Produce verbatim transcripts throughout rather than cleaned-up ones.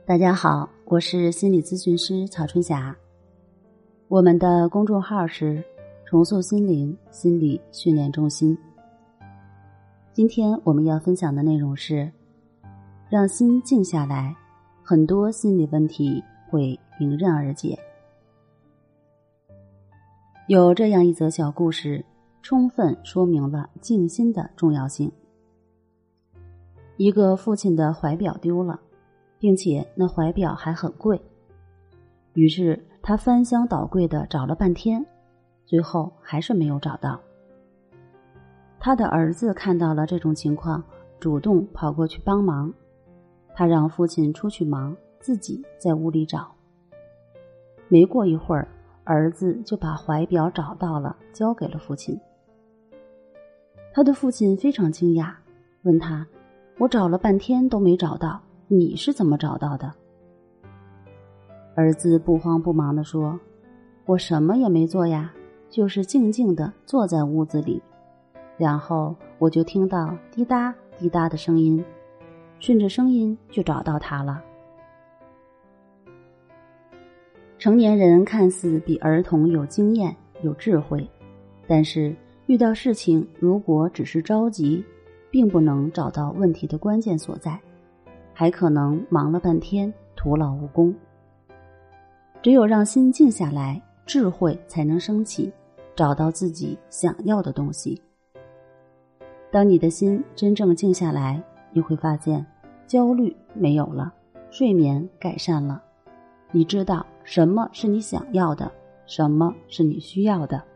大家好，我是心理咨询师曹春霞。我们的公众号是重塑心灵心理训练中心。今天我们要分享的内容是让心静下来，很多心理问题会迎刃而解。有这样一则小故事，充分说明了静心的重要性。一个父亲的怀表丢了，并且那怀表还很贵，于是他翻箱倒柜地找了半天，最后还是没有找到。他的儿子看到了这种情况，主动跑过去帮忙，他让父亲出去忙，自己在屋里找。没过一会儿，儿子就把怀表找到了，交给了父亲。他的父亲非常惊讶，问他：我找了半天都没找到，你是怎么找到的？儿子不慌不忙地说：我什么也没做呀，就是静静地坐在屋子里，然后我就听到滴答滴答的声音，顺着声音就找到它了。成年人看似比儿童有经验有智慧，但是遇到事情如果只是着急，并不能找到问题的关键所在，还可能忙了半天徒劳无功。只有让心静下来，智慧才能升起，找到自己想要的东西。当你的心真正静下来，你会发现焦虑没有了，睡眠改善了，你知道什么是你想要的，什么是你需要的。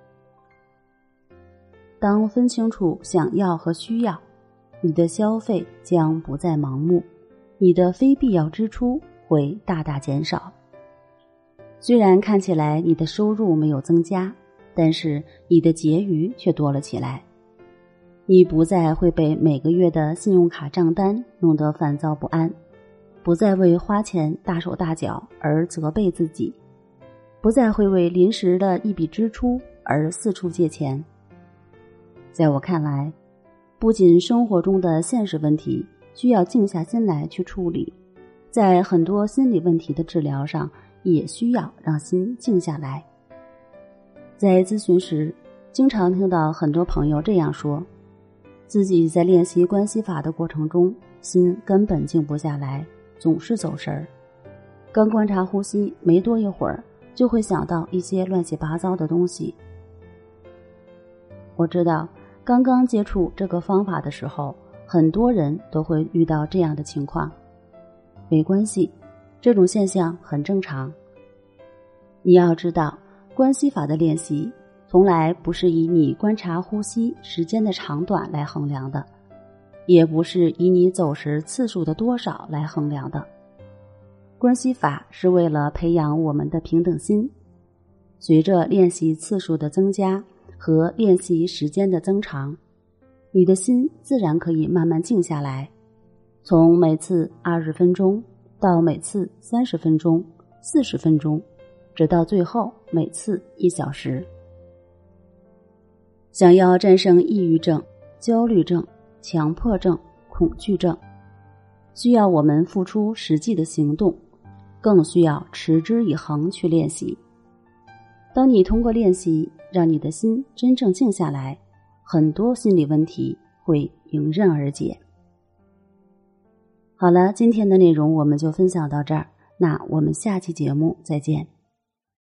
当分清楚想要和需要，你的消费将不再盲目，你的非必要支出会大大减少。虽然看起来你的收入没有增加，但是你的结余却多了起来。你不再会被每个月的信用卡账单弄得烦躁不安，不再为花钱大手大脚而责备自己，不再会为临时的一笔支出而四处借钱。在我看来，不仅生活中的现实问题需要静下心来去处理，在很多心理问题的治疗上也需要让心静下来。在咨询时，经常听到很多朋友这样说，自己在练习关系法的过程中，心根本静不下来，总是走神儿。刚观察呼吸没多一会儿，就会想到一些乱七八糟的东西。我知道刚刚接触这个方法的时候，很多人都会遇到这样的情况。没关系，这种现象很正常。你要知道，关系法的练习从来不是以你观察呼吸时间的长短来衡量的，也不是以你走神次数的多少来衡量的。关系法是为了培养我们的平等心，随着练习次数的增加和练习时间的增长，你的心自然可以慢慢静下来，从每次二十分钟到每次三十分钟、四十分钟，直到最后每次一小时。想要战胜抑郁症、焦虑症、强迫症、恐惧症，需要我们付出实际的行动，更需要持之以恒去练习。当你通过练习让你的心真正静下来，很多心理问题会迎刃而解。好了，今天的内容我们就分享到这儿，那我们下期节目再见。